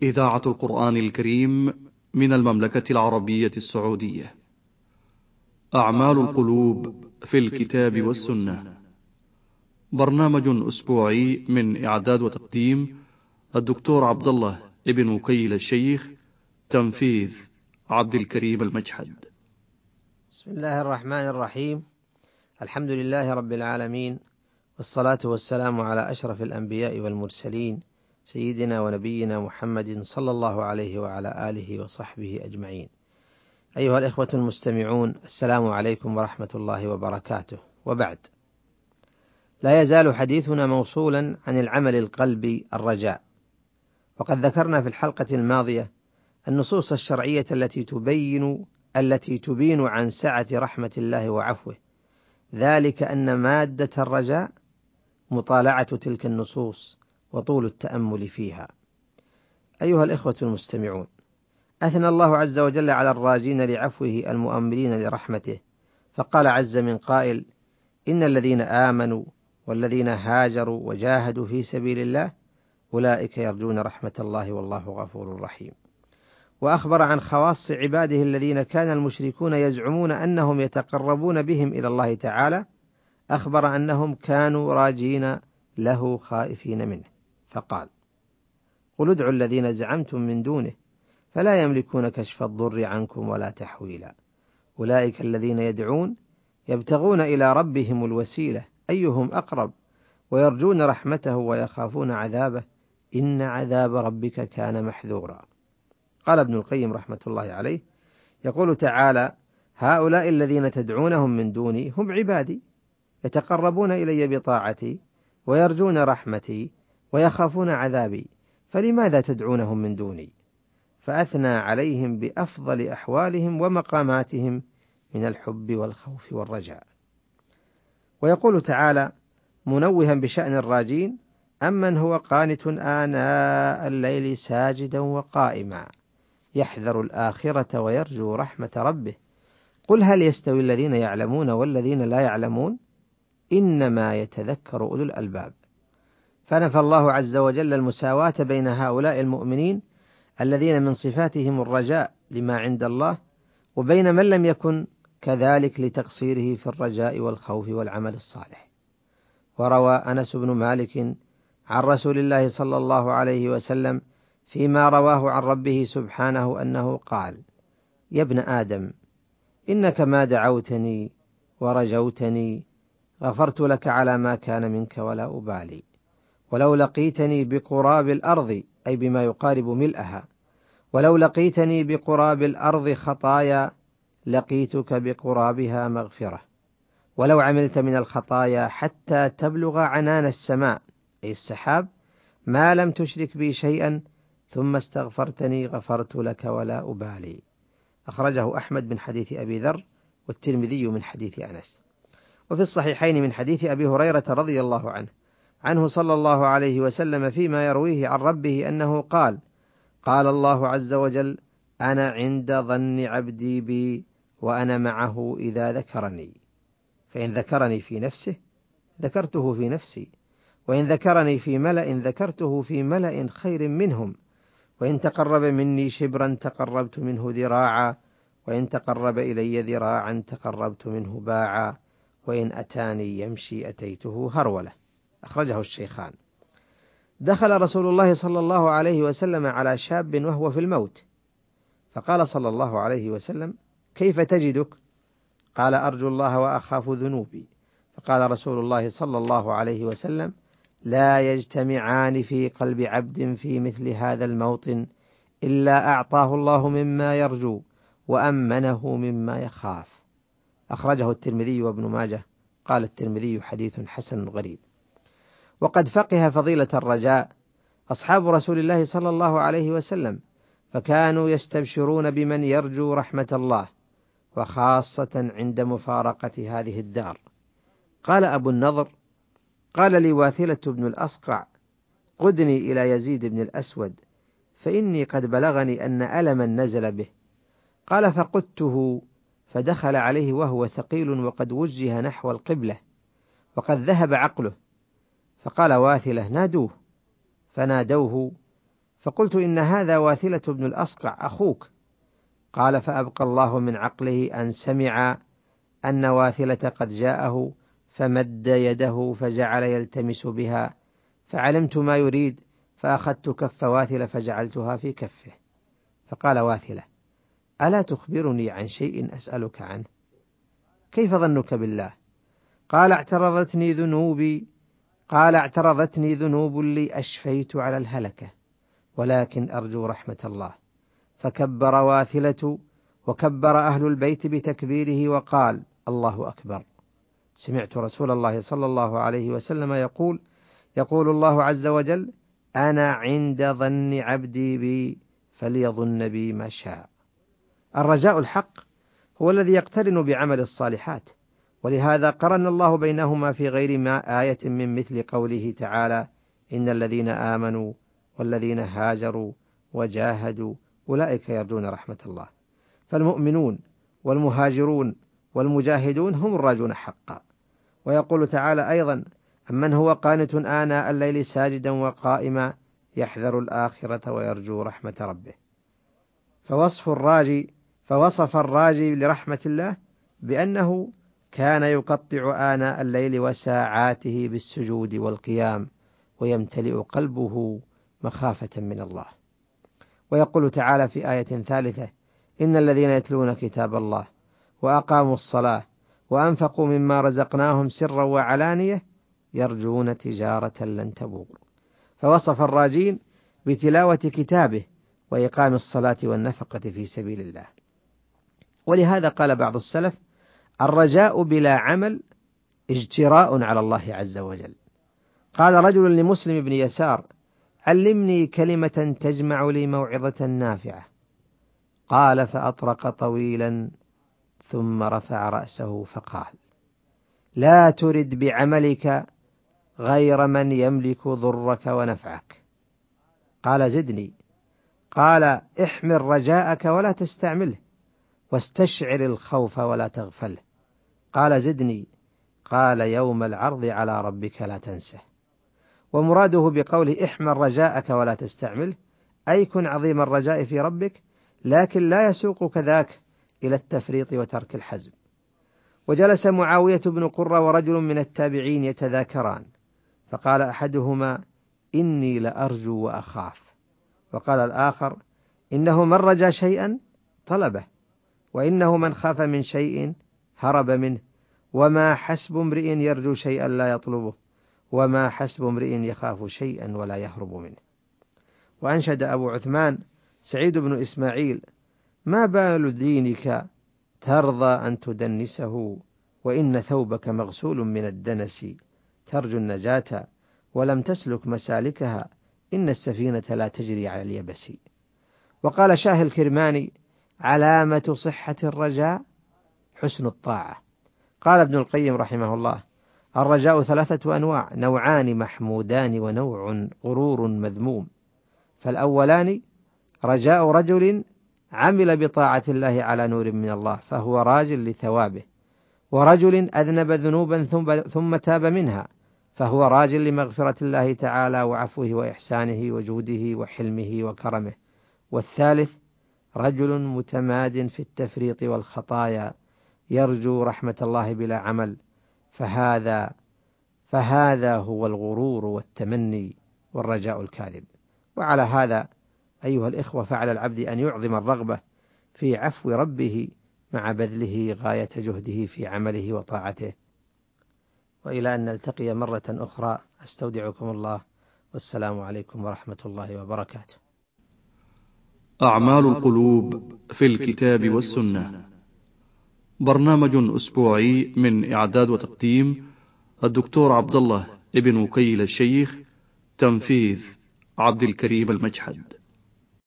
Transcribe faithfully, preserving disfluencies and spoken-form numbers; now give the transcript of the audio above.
إذاعة القرآن الكريم من المملكة العربية السعودية. أعمال القلوب في الكتاب والسنة، برنامج أسبوعي من إعداد وتقديم الدكتور عبد الله ابن وكيل الشيخ، تنفيذ عبد الكريم المجحد. بسم الله الرحمن الرحيم. الحمد لله رب العالمين، والصلاة والسلام على أشرف الأنبياء والمرسلين، سيدنا ونبينا محمد صلى الله عليه وعلى آله وصحبه أجمعين. أيها الإخوة المستمعون، السلام عليكم ورحمة الله وبركاته. وبعد، لا يزال حديثنا موصولا عن العمل القلبي الرجاء، وقد ذكرنا في الحلقة الماضية النصوص الشرعية التي تبين التي تبين عن سعة رحمة الله وعفوه، ذلك أن مادة الرجاء مطالعة تلك النصوص وطول التأمل فيها. أيها الإخوة المستمعون، أثنى الله عز وجل على الراجين لعفوه المؤملين لرحمته، فقال عز من قائل: إن الذين آمنوا والذين هاجروا وجاهدوا في سبيل الله أولئك يرجون رحمة الله والله غفور رحيم. وأخبر عن خواص عباده الذين كان المشركون يزعمون أنهم يتقربون بهم إلى الله تعالى، أخبر أنهم كانوا راجين له خائفين منه، فقال: قل ادعوا الذين زعمتم من دونه فلا يملكون كشف الضر عنكم ولا تحويلا، أولئك الذين يدعون يبتغون إلى ربهم الوسيلة أيهم أقرب ويرجون رحمته ويخافون عذابه إن عذاب ربك كان محذورا. قال ابن القيم رحمة الله عليه: يقول تعالى: هؤلاء الذين تدعونهم من دوني هم عبادي يتقربون إلي بطاعتي ويرجون رحمتي ويخافون عذابي، فلماذا تدعونهم من دوني؟ فأثنى عليهم بأفضل أحوالهم ومقاماتهم من الحب والخوف والرجاء. ويقول تعالى منوها بشأن الراجين: أمن هو قانت آناء الليل ساجدا وقائما يحذر الآخرة ويرجو رحمة ربه قل هل يستوي الذين يعلمون والذين لا يعلمون إنما يتذكر أولو الألباب. فنفى الله عز وجل المساواة بين هؤلاء المؤمنين الذين من صفاتهم الرجاء لما عند الله وبين من لم يكن كذلك لتقصيره في الرجاء والخوف والعمل الصالح. وروى أنس بن مالك عن رسول الله صلى الله عليه وسلم فيما رواه عن ربه سبحانه أنه قال: يا ابن آدم إنك ما دعوتني ورجوتني غفرت لك على ما كان منك ولا أبالي، ولو لقيتني بقراب الأرض أي بما يقارب ملئها، ولو لقيتني بقراب الأرض خطايا لقيتك بقرابها مغفرة، ولو عملت من الخطايا حتى تبلغ عنان السماء أي السحاب ما لم تشرك بي شيئا ثم استغفرتني غفرت لك ولا أبالي. أخرجه أحمد من حديث أبي ذر والترمذي من حديث أنس. وفي الصحيحين من حديث أبي هريرة رضي الله عنه عنه صلى الله عليه وسلم فيما يرويه عن ربه أنه قال: قال الله عز وجل: أنا عند ظن عبدي بي وأنا معه إذا ذكرني، فإن ذكرني في نفسه ذكرته في نفسي، وإن ذكرني في ملأ ذكرته في ملأ خير منهم، وإن تقرب مني شبرا تقربت منه ذراعا، وإن تقرب إلي ذراعا تقربت منه باعا، وإن أتاني يمشي أتيته هرولة. أخرجه الشيخان. دخل رسول الله صلى الله عليه وسلم على شاب وهو في الموت، فقال صلى الله عليه وسلم: كيف تجدك؟ قال: أرجو الله وأخاف ذنوبي. فقال رسول الله صلى الله عليه وسلم: لا يجتمعان في قلب عبد في مثل هذا الموطن إلا أعطاه الله مما يرجو وأمنه مما يخاف. أخرجه الترمذي وابن ماجه. قال الترمذي: حديث حسن غريب. وقد فقه فضيلة الرجاء أصحاب رسول الله صلى الله عليه وسلم، فكانوا يستبشرون بمن يرجو رحمة الله، وخاصة عند مفارقة هذه الدار. قال أبو النضر: قال لي واثلة بن الأصقع: قدني إلى يزيد بن الأسود فإني قد بلغني أن ألما نزل به. قال: فقدته فدخل عليه وهو ثقيل وقد وجه نحو القبلة وقد ذهب عقله، فقال واثلة: نادوه، فنادوه فقلت إن هذا واثلة بن الأصقع أخوك. قال فأبقى الله من عقله أن سمع أن واثلة قد جاءه فمد يده فجعل يلتمس بها، فعلمت ما يريد فأخذت كف واثلة فجعلتها في كفه. فقال واثلة: ألا تخبرني عن شيء أسألك عنه؟ كيف ظنك بالله؟ قال اعترضتني ذنوبي قال اعترضتني ذنوب لي أشفيت على الهلكة، ولكن أرجو رحمة الله. فكبر واثلة وكبر أهل البيت بتكبيره وقال: الله أكبر. سمعت رسول الله صلى الله عليه وسلم يقول: يقول الله عز وجل: أنا عند ظن عبدي بي فليظن بي ما شاء. الرجاء الحق هو الذي يقترن بعمل الصالحات، ولهذا قرن الله بينهما في غير ما آية من مثل قوله تعالى: إن الذين آمنوا والذين هاجروا وجاهدوا أولئك يرجون رحمة الله. فالمؤمنون والمهاجرون والمجاهدون هم الراجون حقا. ويقول تعالى أيضا: أمن هو قانت آناء الليل ساجدا وقائما يحذر الآخرة ويرجو رحمة ربه. فوصف الراجي فوصف الراجي لرحمة الله بأنه كان يقطع آناء الليل وساعاته بالسجود والقيام ويمتلئ قلبه مخافة من الله. ويقول تعالى في آية ثالثة: إن الذين يتلون كتاب الله وأقاموا الصلاة وأنفقوا مما رزقناهم سرا وعلانية يرجون تجارة لن تبور. فوصف الراجين بتلاوة كتابه وإقام الصلاة والنفقة في سبيل الله. ولهذا قال بعض السلف: الرجاء بلا عمل اجتراء على الله عز وجل. قال رجل لمسلم بن يسار: علمني كلمة تجمع لي موعظة نافعة. قال فأطرق طويلا ثم رفع رأسه فقال: لا ترد بعملك غير من يملك ضرك ونفعك. قال زدني. قال احمل رجاءك ولا تستعمله، واستشعر الخوف ولا تغفله. قال زدني. قال يوم العرض على ربك لا تنسه. ومراده بقوله احمل رجاءك ولا تستعمله أي كن عظيم الرجاء في ربك، لكن لا يسوقك ذاك إلى التفريط وترك الحزم. وجلس معاوية بن قرة ورجل من التابعين يتذاكران، فقال أحدهما: إني لأرجو وأخاف. وقال الآخر: إنه من رجا شيئا طلبه، وإنه من خاف من شيء هرب منه، وما حسب امرئ يرجو شيئا لا يطلبه، وما حسب امرئ يخاف شيئا ولا يهرب منه. وأنشد أبو عثمان سعيد بن إسماعيل: ما بال دينك ترضى أن تدنسه، وإن ثوبك مغسول من الدنس، ترجو النجاة ولم تسلك مسالكها، إن السفينة لا تجري على اليبس. وقال شاه الكرماني: علامة صحة الرجاء حسن الطاعة. قال ابن القيم رحمه الله: الرجاء ثلاثة أنواع: نوعان محمودان ونوع غرور مذموم. فالأولان رجاء رجل عمل بطاعة الله على نور من الله فهو راج لثوابه، ورجل أذنب ذنوبا ثم تاب منها فهو راج لمغفرة الله تعالى وعفوه وإحسانه وجوده وحلمه وكرمه. والثالث رجل متماد في التفريط والخطايا يرجو رحمة الله بلا عمل، فهذا فهذا هو الغرور والتمني والرجاء الكاذب. وعلى هذا أيها الإخوة فعلى العبد أن يعظم الرغبة في عفو ربه مع بذله غاية جهده في عمله وطاعته. وإلى أن نلتقي مرة أخرى أستودعكم الله، والسلام عليكم ورحمة الله وبركاته. أعمال القلوب في الكتاب والسنة، برنامج أسبوعي من إعداد وتقديم الدكتور عبد الله ابن وكيل الشيخ، تنفيذ عبد الكريم المجحد.